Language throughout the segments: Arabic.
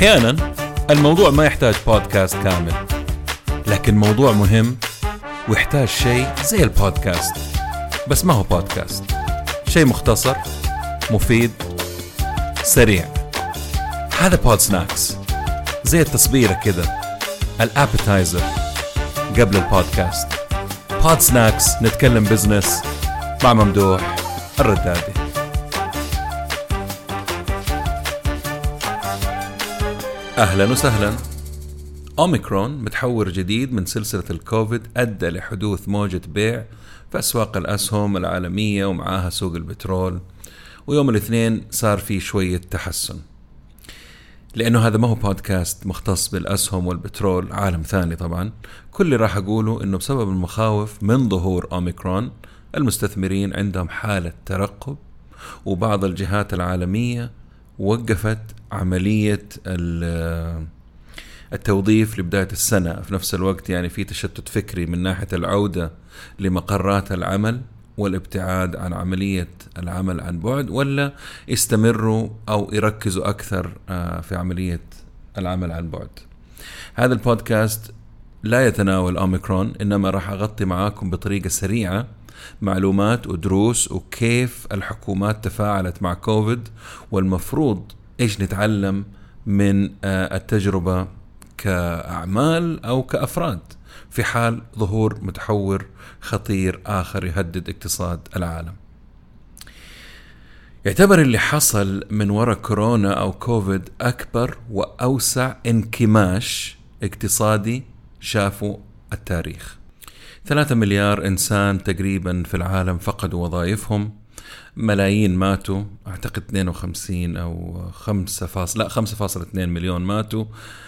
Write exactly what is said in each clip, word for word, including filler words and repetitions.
أحيانا الموضوع ما يحتاج بودكاست كامل، لكن موضوع مهم ويحتاج شيء زي البودكاست، بس ما هو بودكاست، شيء مختصر مفيد سريع. هذا بود سناكس، زي التصبيرة كده، الابيتايزر قبل البودكاست. بود سناكس، نتكلم بزنس مع ممدوح الردادي. أهلا وسهلا. أوميكرون متحور جديد من سلسلة الكوفيد أدى لحدوث موجة بيع في أسواق الأسهم العالمية ومعاها سوق البترول، ويوم الاثنين صار في شوية تحسن. لأنه هذا ما هو بودكاست مختص بالأسهم والبترول، عالم ثاني طبعا. كل اللي راح أقوله إنه بسبب المخاوف من ظهور أوميكرون المستثمرين عندهم حالة ترقب، وبعض الجهات العالمية وقفت عملية التوظيف لبداية السنة. في نفس الوقت يعني في تشتت فكري من ناحية العودة لمقرات العمل والابتعاد عن عملية العمل عن بعد، ولا يستمروا أو يركزوا أكثر في عملية العمل عن بعد. هذا البودكاست لا يتناول أوميكرون، إنما راح أغطي معاكم بطريقة سريعة معلومات ودروس وكيف الحكومات تفاعلت مع كوفيد، والمفروض إيش نتعلم من التجربة كأعمال أو كأفراد في حال ظهور متحور خطير آخر يهدد اقتصاد العالم. يعتبر اللي حصل من وراء كورونا أو كوفيد أكبر وأوسع انكماش اقتصادي شافوا التاريخ. ثلاثة مليار إنسان تقريبا في العالم فقدوا وظائفهم، ملايين ماتوا، أعتقد اثنين وخمسين أو خمسة فاصل لا خمسة فاصل اثنين مليون ماتوا.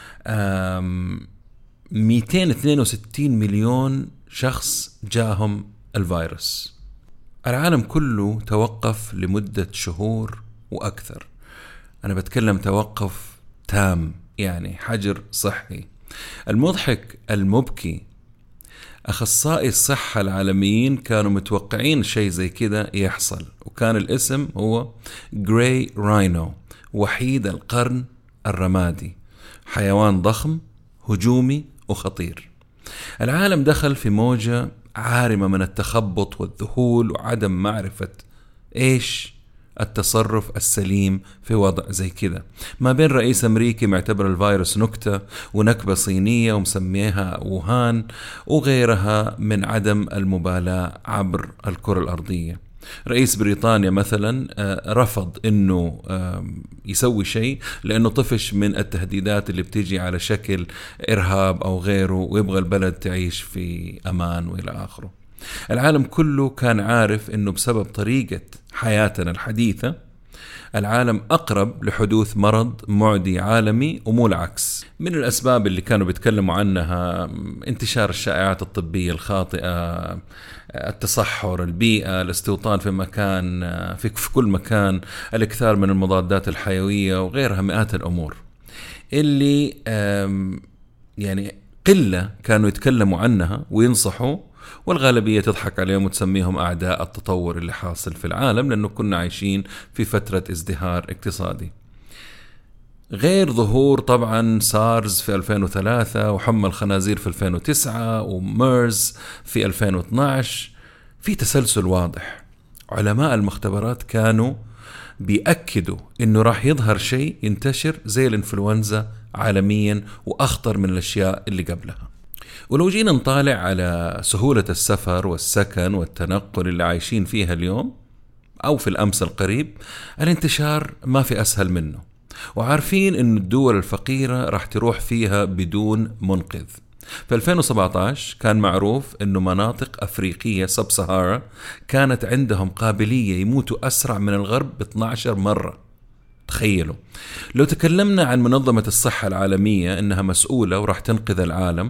مئتين واثنين وستين مليون شخص جاهم الفيروس. العالم كله توقف لمدة شهور وأكثر. أنا بتكلم توقف تام، يعني حجر صحي. المضحك المبكي، أخصائي الصحة العالميين كانوا متوقعين شيء زي كده يحصل، وكان الاسم هو جراي راينو، وحيد القرن الرمادي، حيوان ضخم هجومي وخطير. العالم دخل في موجة عارمة من التخبط والذهول وعدم معرفة إيش التصرف السليم في وضع زي كده، ما بين رئيس أمريكي معتبر الفيروس نكتة ونكبة صينية ومسميها ووهان، وغيرها من عدم المبالاة عبر الكرة الأرضية. رئيس بريطانيا مثلا رفض أنه يسوي شيء لأنه طفش من التهديدات اللي بتيجي على شكل إرهاب أو غيره، ويبغى البلد تعيش في أمان وإلى آخره. العالم كله كان عارف أنه بسبب طريقة حياتنا الحديثة العالم أقرب لحدوث مرض معدي عالمي ومو العكس. من الأسباب اللي كانوا بيتكلموا عنها انتشار الشائعات الطبية الخاطئة، التصحر، البيئة، الاستوطان في مكان في, في كل مكان، الاكثار من المضادات الحيوية وغيرها، مئات الأمور اللي يعني قلة كانوا يتكلموا عنها وينصحوا، والغالبية تضحك عليهم وتسميهم أعداء التطور اللي حاصل في العالم، لأنه كنا عايشين في فترة ازدهار اقتصادي. غير ظهور طبعا سارز في ألفين وثلاثة وحمى الخنازير في ألفين وتسعة وميرز في ألفين واثناشر، في تسلسل واضح. علماء المختبرات كانوا بيأكدوا إنه راح يظهر شيء ينتشر زي الإنفلونزا عالميا وأخطر من الأشياء اللي قبلها. ولو جينا نطالع على سهولة السفر والسكن والتنقل اللي عايشين فيها اليوم أو في الأمس القريب، الانتشار ما في أسهل منه، وعارفين إن الدول الفقيرة راح تروح فيها بدون منقذ. في ألفين وسبعة عشر كان معروف إنه مناطق أفريقية سب سهارا كانت عندهم قابلية يموتوا أسرع من الغرب ب اثنتي عشرة مرة. تخيلوا. لو تكلمنا عن منظمة الصحة العالمية إنها مسؤولة وراح تنقذ العالم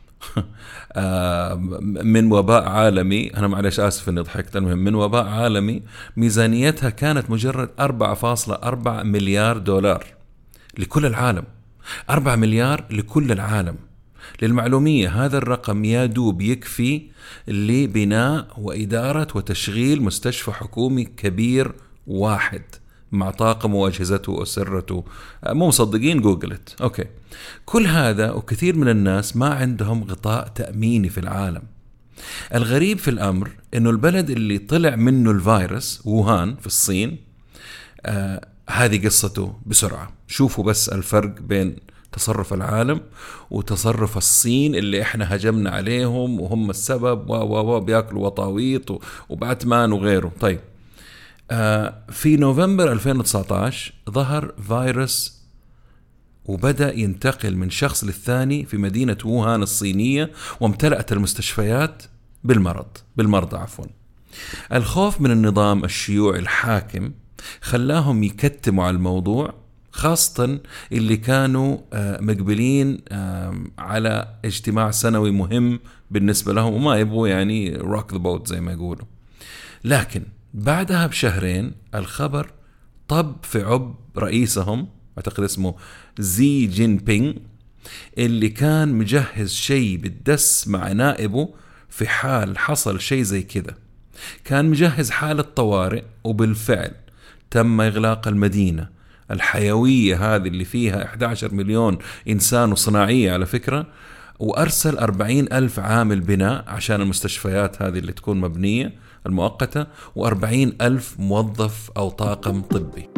من وباء عالمي، أنا معلش آسف إني ضحكت، المهم من وباء عالمي ميزانيتها كانت مجرد أربعة فاصلة أربعة مليار دولار لكل العالم. أربعة مليار لكل العالم. للمعلومية هذا الرقم يادوب يكفي لبناء وإدارة وتشغيل مستشفى حكومي كبير واحد مع طاقمه وأجهزته وأسرته. مو مصدقين؟ جوجلت. أوكي. كل هذا وكثير من الناس ما عندهم غطاء تأميني في العالم. الغريب في الأمر إنه البلد اللي طلع منه الفيروس ووهان في الصين، آه هذه قصته بسرعة. شوفوا بس الفرق بين تصرف العالم وتصرف الصين اللي احنا هجمنا عليهم وهم السبب و و و بياكلوا وطاويط وباتمان وغيره. طيب آه في نوفمبر ألفين وتسعة عشر ظهر فيروس وبدأ ينتقل من شخص للثاني في مدينة ووهان الصينية، وامتلأت المستشفيات بالمرض بالمرضى عفوا. الخوف من النظام الشيوعي الحاكم خلاهم يكتموا على الموضوع، خاصة اللي كانوا مقبلين على اجتماع سنوي مهم بالنسبة لهم وما يبغوا يعني rock the boat زي ما يقولوا. لكن بعدها بشهرين الخبر طب في عب رئيسهم، أعتقد اسمه زي جين بينغ، اللي كان مجهز شيء بالدس مع نائبه في حال حصل شيء زي كذا. كان مجهز حالة طوارئ، وبالفعل تم إغلاق المدينة الحيوية هذه اللي فيها إحدى عشر مليون إنسان وصناعية على فكرة، وأرسل أربعين ألف عامل بناء عشان المستشفيات هذه اللي تكون مبنية المؤقتة، وأربعين ألف موظف أو طاقم طبي.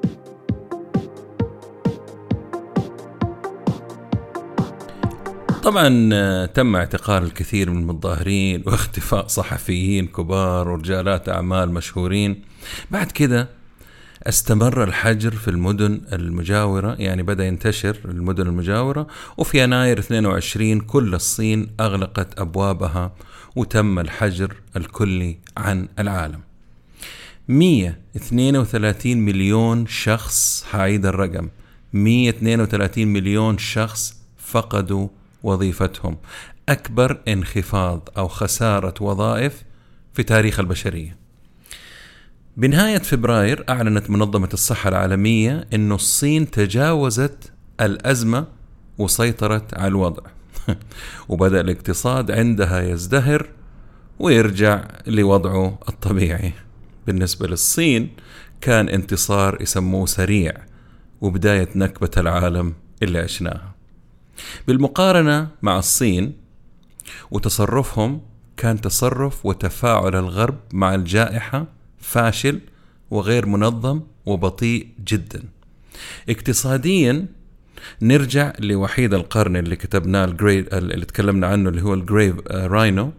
طبعا تم اعتقال الكثير من المتظاهرين واختفاء صحفيين كبار ورجالات أعمال مشهورين. بعد كده استمر الحجر في المدن المجاورة، يعني بدأ ينتشر المدن المجاورة، وفي يناير اثنين وعشرين كل الصين أغلقت أبوابها وتم الحجر الكلي عن العالم. مئة واثنين وثلاثين مليون شخص، هعيد الرقم، مئة واثنين وثلاثين مليون شخص فقدوا وظيفتهم، أكبر انخفاض أو خسارة وظائف في تاريخ البشرية. بنهاية فبراير أعلنت منظمة الصحة العالمية أن الصين تجاوزت الأزمة وسيطرت على الوضع وبدأ الاقتصاد عندها يزدهر ويرجع لوضعه الطبيعي. بالنسبة للصين كان انتصار يسموه سريع وبداية نكبة العالم اللي عشناها. بالمقارنة مع الصين وتصرفهم، كان تصرف وتفاعل الغرب مع الجائحة فاشل وغير منظم وبطيء جدا. اقتصاديا نرجع لوحيد القرن اللي كتبناه الجريد اللي تكلمنا عنه اللي هو الجريف راينو،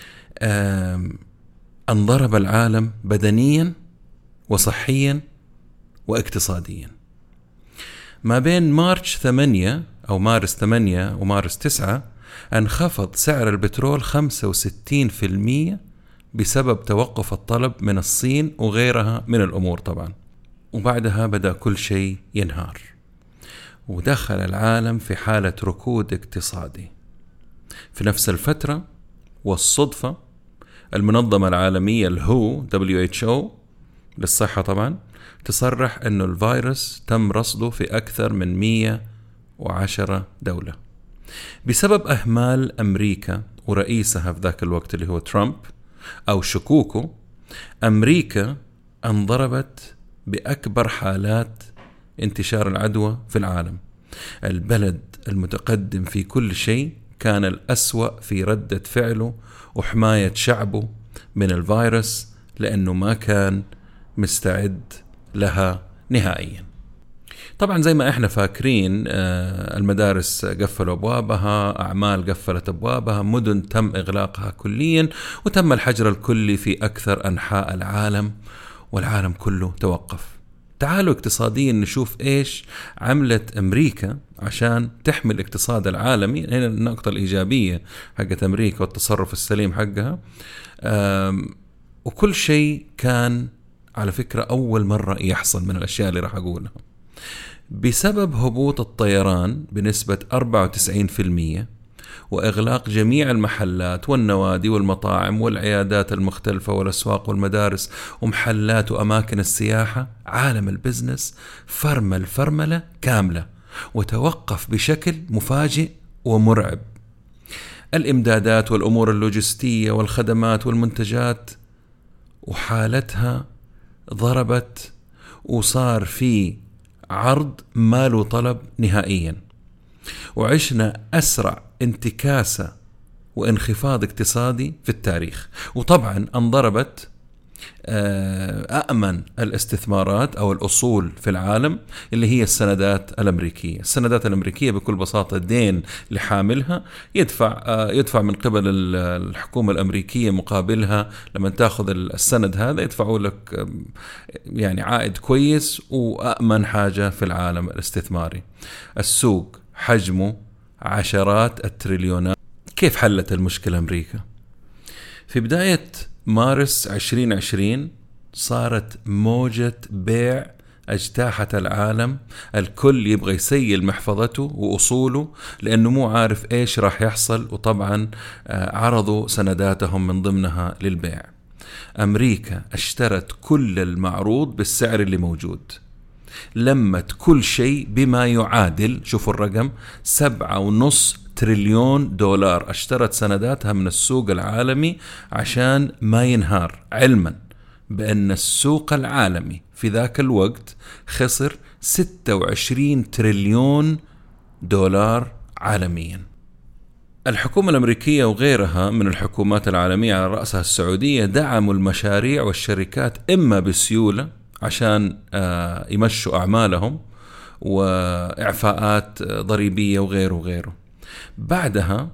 انضرب العالم بدنيا وصحيا واقتصاديا. ما بين مارش ثمانية أو مارس ثمانية ومارس تسعة انخفض سعر البترول خمسة وستين بالمئة بسبب توقف الطلب من الصين وغيرها من الأمور طبعا. وبعدها بدأ كل شيء ينهار ودخل العالم في حالة ركود اقتصادي. في نفس الفترة والصدفة المنظمة العالمية الهو دبليو إتش أو للصحة طبعا تصرح أنه الفيروس تم رصده في أكثر من مئة وعشرة دولة بسبب أهمال أمريكا ورئيسها في ذاك الوقت اللي هو ترامب أو شكوكه. أمريكا انضربت بأكبر حالات انتشار العدوى في العالم. البلد المتقدم في كل شيء كان الأسوأ في ردة فعله وحماية شعبه من الفيروس، لأنه ما كان مستعد لها نهائيا. طبعا زي ما احنا فاكرين المدارس قفلوا أبوابها، أعمال قفلت أبوابها، مدن تم إغلاقها كليا، وتم الحجر الكلي في أكثر أنحاء العالم، والعالم كله توقف. تعالوا اقتصاديا نشوف إيش عملت أمريكا عشان تحمي الاقتصاد العالمي. هنا النقطة الإيجابية حقت أمريكا والتصرف السليم حقها. وكل شيء كان على فكرة أول مرة يحصل من الأشياء اللي راح أقولها. بسبب هبوط الطيران بنسبة أربعة وتسعين بالمئة وإغلاق جميع المحلات والنوادي والمطاعم والعيادات المختلفة والأسواق والمدارس ومحلات وأماكن السياحة، عالم البزنس فرمل فرملة كاملة وتوقف بشكل مفاجئ ومرعب. الإمدادات والأمور اللوجستية والخدمات والمنتجات وحالتها ضربت وصار في عرض ما له طلب نهائيا، وعشنا أسرع انتكاسة وانخفاض اقتصادي في التاريخ. وطبعا انضربت أأمن الاستثمارات أو الأصول في العالم اللي هي السندات الأمريكية. السندات الأمريكية بكل بساطة دين لحاملها يدفع يدفع من قبل الحكومة الأمريكية مقابلها. لما تأخذ السند هذا يدفعوا لك يعني عائد كويس وأأمن حاجة في العالم الاستثماري. السوق حجمه عشرات التريليونات. كيف حلت المشكلة أمريكا؟ في بداية مارس عشرين عشرين صارت موجة بيع اجتاحت العالم. الكل يبغى يسيل محفظته وأصوله لأنه مو عارف إيش راح يحصل، وطبعا عرضوا سنداتهم من ضمنها للبيع. أمريكا اشترت كل المعروض بالسعر اللي موجود، لمت كل شيء بما يعادل، شوفوا الرقم، سبعة ونص تريليون دولار اشترت سنداتها من السوق العالمي عشان ما ينهار، علما بأن السوق العالمي في ذاك الوقت خسر ستة وعشرين تريليون دولار عالميا. الحكومة الأمريكية وغيرها من الحكومات العالمية على رأسها السعودية دعموا المشاريع والشركات إما بسيولة عشان يمشوا أعمالهم وإعفاءات ضريبية وغيره وغيره. بعدها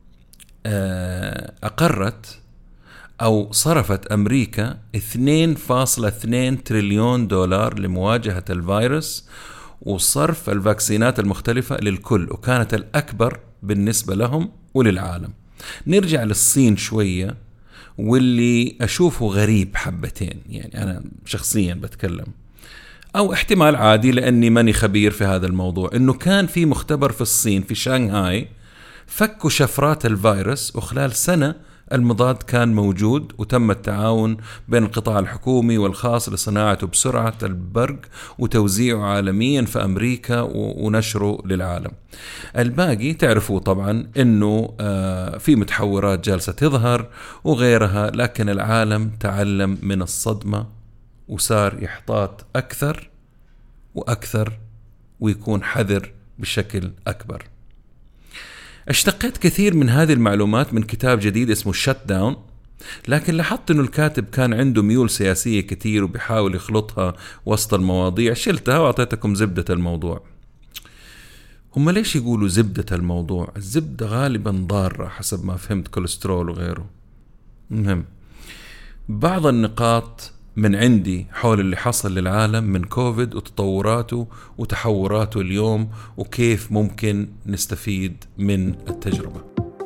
أقرت أو صرفت أمريكا اثنين فاصلة اثنين تريليون دولار لمواجهة الفيروس وصرف الفاكسينات المختلفة للكل، وكانت الأكبر بالنسبة لهم وللعالم. نرجع للصين شوية، واللي أشوفه غريب حبتين، يعني أنا شخصيا بتكلم أو احتمال عادي لأني ماني خبير في هذا الموضوع، إنه كان في مختبر في الصين في شانغهاي فكوا شفرات الفيروس، وخلال سنة المضاد كان موجود، وتم التعاون بين القطاع الحكومي والخاص لصناعته بسرعة البرق وتوزيعه عالميا في أمريكا ونشره للعالم. الباقي تعرفوا طبعا إنه في متحورات جالسة تظهر وغيرها، لكن العالم تعلم من الصدمة وصار يحتاط أكثر وأكثر ويكون حذر بشكل أكبر. اشتقيت كثير من هذه المعلومات من كتاب جديد اسمه شت داون، لكن لاحظت انه الكاتب كان عنده ميول سياسية كثير وبيحاول يخلطها وسط المواضيع. شلتها واعطيتكم زبدة الموضوع. هم ليش يقولوا زبدة الموضوع؟ الزبدة غالبا ضارة حسب ما فهمت، كوليسترول وغيره. مهم. بعض النقاط من عندي حول اللي حصل للعالم من كوفيد وتطوراته وتحوراته اليوم وكيف ممكن نستفيد من التجربة.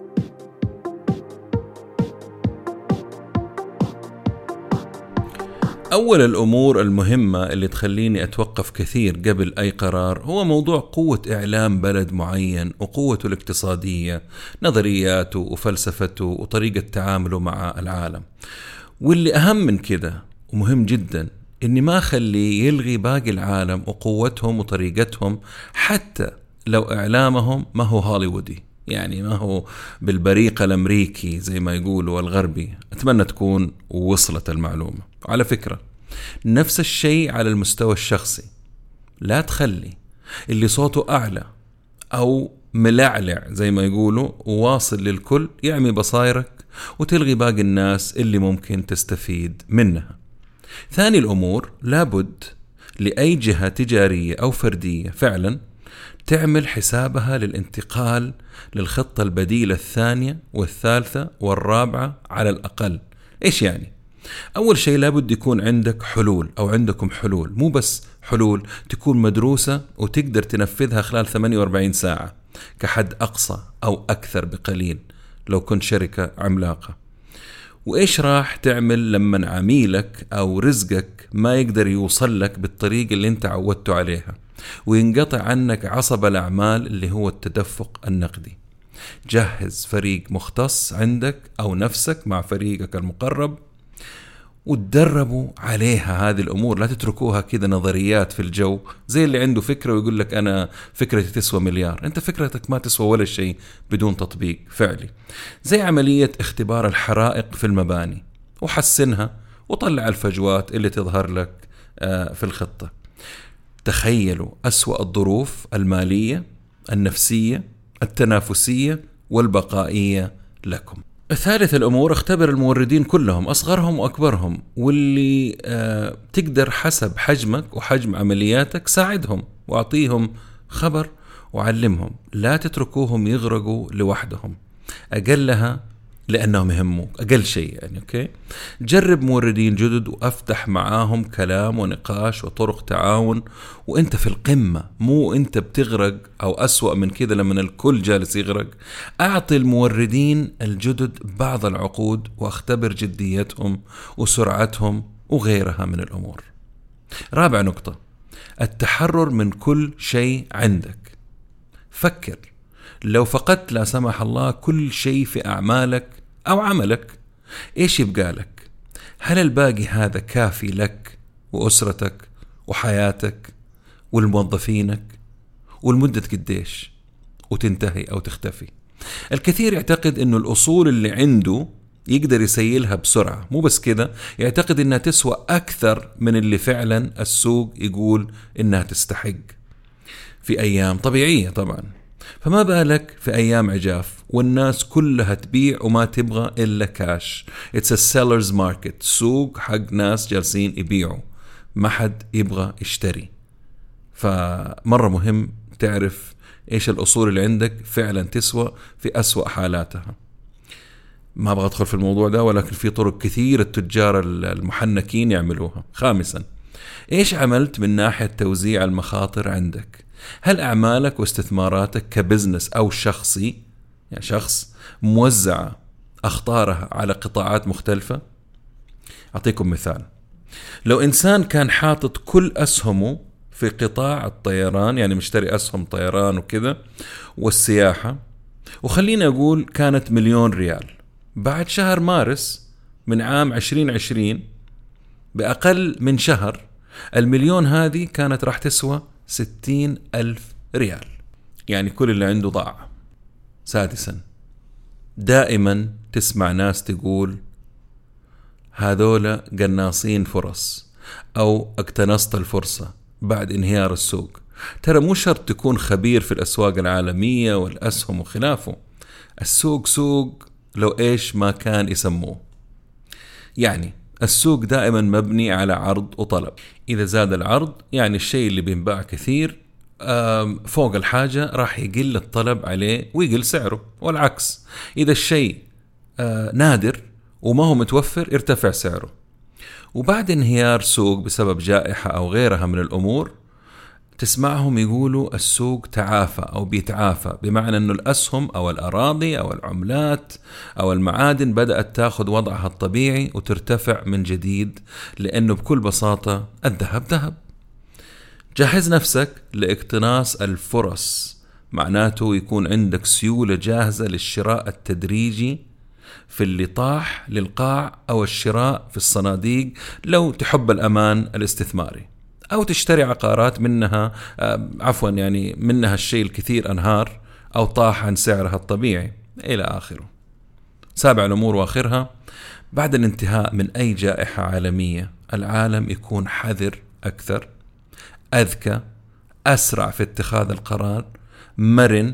أول الأمور المهمة اللي تخليني أتوقف كثير قبل أي قرار هو موضوع قوة إعلام بلد معين وقوته الاقتصادية، نظرياته وفلسفته وطريقة تعامله مع العالم. واللي أهم من كده ومهم جدا إني ما أخلي يلغي باقي العالم وقوتهم وطريقتهم، حتى لو إعلامهم ما هو هوليوودي، يعني ما هو بالبريق الأمريكي زي ما يقولوا والغربي. أتمنى تكون وصلت المعلومة. على فكرة نفس الشيء على المستوى الشخصي، لا تخلي اللي صوته أعلى أو ملعلع زي ما يقولوا وواصل للكل يعمي بصائرك وتلغي باقي الناس اللي ممكن تستفيد منها. ثاني الأمور، لابد لأي جهة تجارية أو فردية فعلا تعمل حسابها للانتقال للخطة البديلة الثانية والثالثة والرابعة على الأقل. إيش يعني؟ أول شيء لابد يكون عندك حلول أو عندكم حلول، مو بس حلول، تكون مدروسة وتقدر تنفذها خلال ثمانية وأربعين ساعة كحد أقصى أو أكثر بقليل لو كنت شركة عملاقة. وإيش راح تعمل لما عميلك أو رزقك ما يقدر يوصل لك بالطريقة اللي انت عودته عليها وينقطع عنك عصب الأعمال اللي هو التدفق النقدي؟ جهز فريق مختص عندك أو نفسك مع فريقك المقرب وتدربوا عليها هذه الأمور. لا تتركوها كذا نظريات في الجو زي اللي عنده فكرة ويقول لك أنا فكرتي تسوى مليار. أنت فكرتك ما تسوى ولا شيء بدون تطبيق فعلي. زي عملية اختبار الحرائق في المباني، وحسنها وطلع الفجوات اللي تظهر لك في الخطة. تخيلوا أسوأ الظروف المالية، النفسية، التنافسية والبقائية لكم. ثالث الأمور، اختبر الموردين كلهم أصغرهم وأكبرهم، واللي آه تقدر حسب حجمك وحجم عملياتك ساعدهم وأعطيهم خبر وعلمهم. لا تتركوهم يغرقوا لوحدهم، أقلها لأنهم يهموك أقل شيء يعني. أوكي، جرب موردين جدد وأفتح معاهم كلام ونقاش وطرق تعاون وإنت في القمة، مو إنت بتغرق أو أسوأ من كذا لما الكل جالس يغرق. أعطي الموردين الجدد بعض العقود واختبر جديتهم وسرعتهم وغيرها من الأمور. رابع نقطة، التحرر من كل شيء عندك. فكر، لو فقدت لا سمح الله كل شيء في أعمالك أو عملك، إيش يبقى لك؟ هل الباقي هذا كافي لك وأسرتك وحياتك والموظفينك؟ والمدة قديش وتنتهي أو تختفي؟ الكثير يعتقد أنه الأصول اللي عنده يقدر يسيلها بسرعة، مو بس كده، يعتقد أنها تسوى أكثر من اللي فعلا السوق يقول أنها تستحق في أيام طبيعية طبعا. فما بالك في أيام عجاف والناس كلها تبيع وما تبغى إلا كاش. It's a seller's market، سوق حق ناس جالسين يبيعوا، ما حد يبغى يشتري. فمرة مهم تعرف إيش الأصول اللي عندك فعلا تسوى في أسوأ حالاتها. ما أبغى أدخل في الموضوع ده، ولكن في طرق كثير التجار المحنكين يعملوها. خامسا، إيش عملت من ناحية توزيع المخاطر عندك؟ هل أعمالك واستثماراتك كبزنس أو شخصي، يعني شخص، موزعة أخطارها على قطاعات مختلفة؟ أعطيكم مثال، لو إنسان كان حاطط كل أسهمه في قطاع الطيران، يعني مشتري أسهم طيران وكذا والسياحة، وخلينا أقول كانت مليون ريال، بعد شهر مارس من عام عشرين عشرين بأقل من شهر المليون هذه كانت راح تسوى ستين ألف ريال، يعني كل اللي عنده ضاع. سادسا، دائما تسمع ناس تقول هذولا قناصين فرص أو اقتنصت الفرصة بعد انهيار السوق. ترى مو شرط تكون خبير في الأسواق العالمية والأسهم وخلافه، السوق سوق لو إيش ما كان يسموه. يعني السوق دائما مبني على عرض وطلب، إذا زاد العرض يعني الشيء اللي بينباع كثير فوق الحاجة راح يقل الطلب عليه ويقل سعره، والعكس إذا الشيء نادر وما هو متوفر يرتفع سعره. وبعد انهيار سوق بسبب جائحة أو غيرها من الأمور تسمعهم يقولوا السوق تعافى أو بيتعافى، بمعنى أنه الأسهم أو الأراضي أو العملات أو المعادن بدأت تاخذ وضعها الطبيعي وترتفع من جديد، لأنه بكل بساطة الذهب ذهب. جهز نفسك لاقتناص الفرص، معناته يكون عندك سيولة جاهزة للشراء التدريجي في اللي طاح للقاع أو الشراء في الصناديق لو تحب الأمان الاستثماري، أو تشتري عقارات منها عفوا يعني منها الشيء الكثير أنهار أو طاح عن سعرها الطبيعي إلى آخره. سابع الأمور وآخرها، بعد الانتهاء من أي جائحة عالمية العالم يكون حذر أكثر، أذكى، أسرع في اتخاذ القرار، مرن،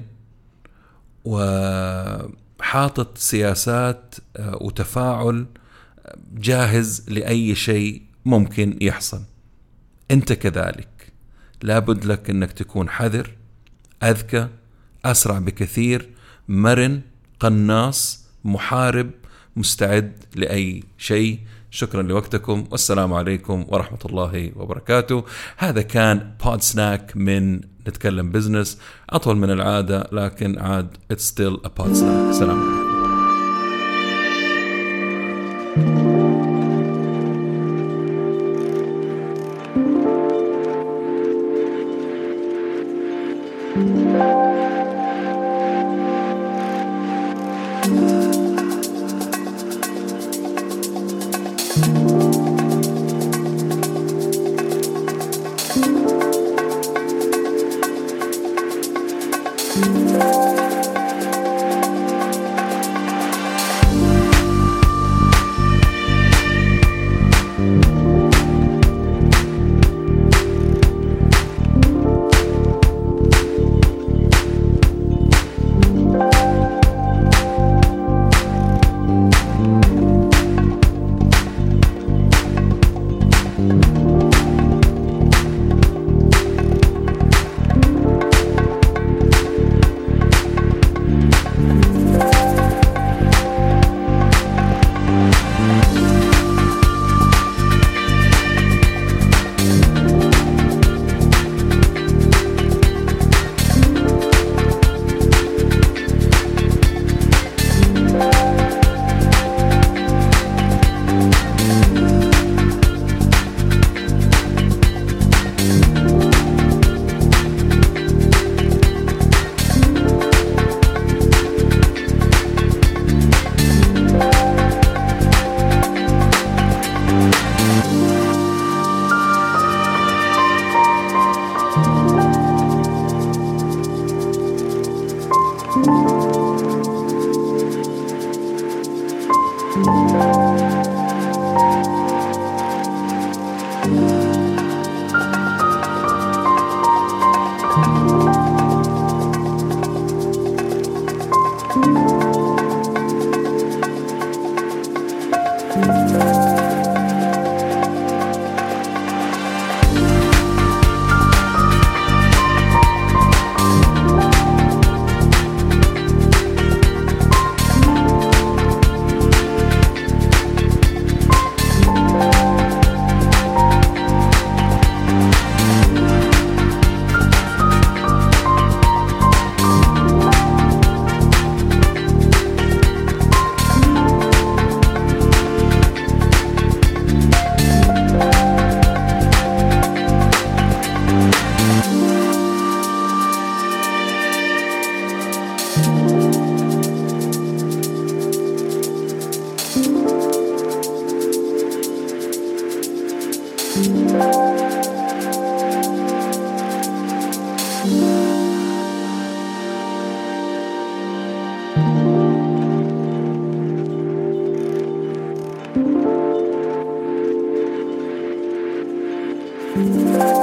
وحاطط سياسات وتفاعل جاهز لأي شيء ممكن يحصل. أنت كذلك لابد لك أنك تكون حذر، أذكى، أسرع بكثير، مرن، قناص، محارب، مستعد لأي شيء. شكرا لوقتكم والسلام عليكم ورحمة الله وبركاته. هذا كان بود سناك من نتكلم بزنس، أطول من العادة لكن عاد it's still a pod snack. سلام عليكم. Thank you.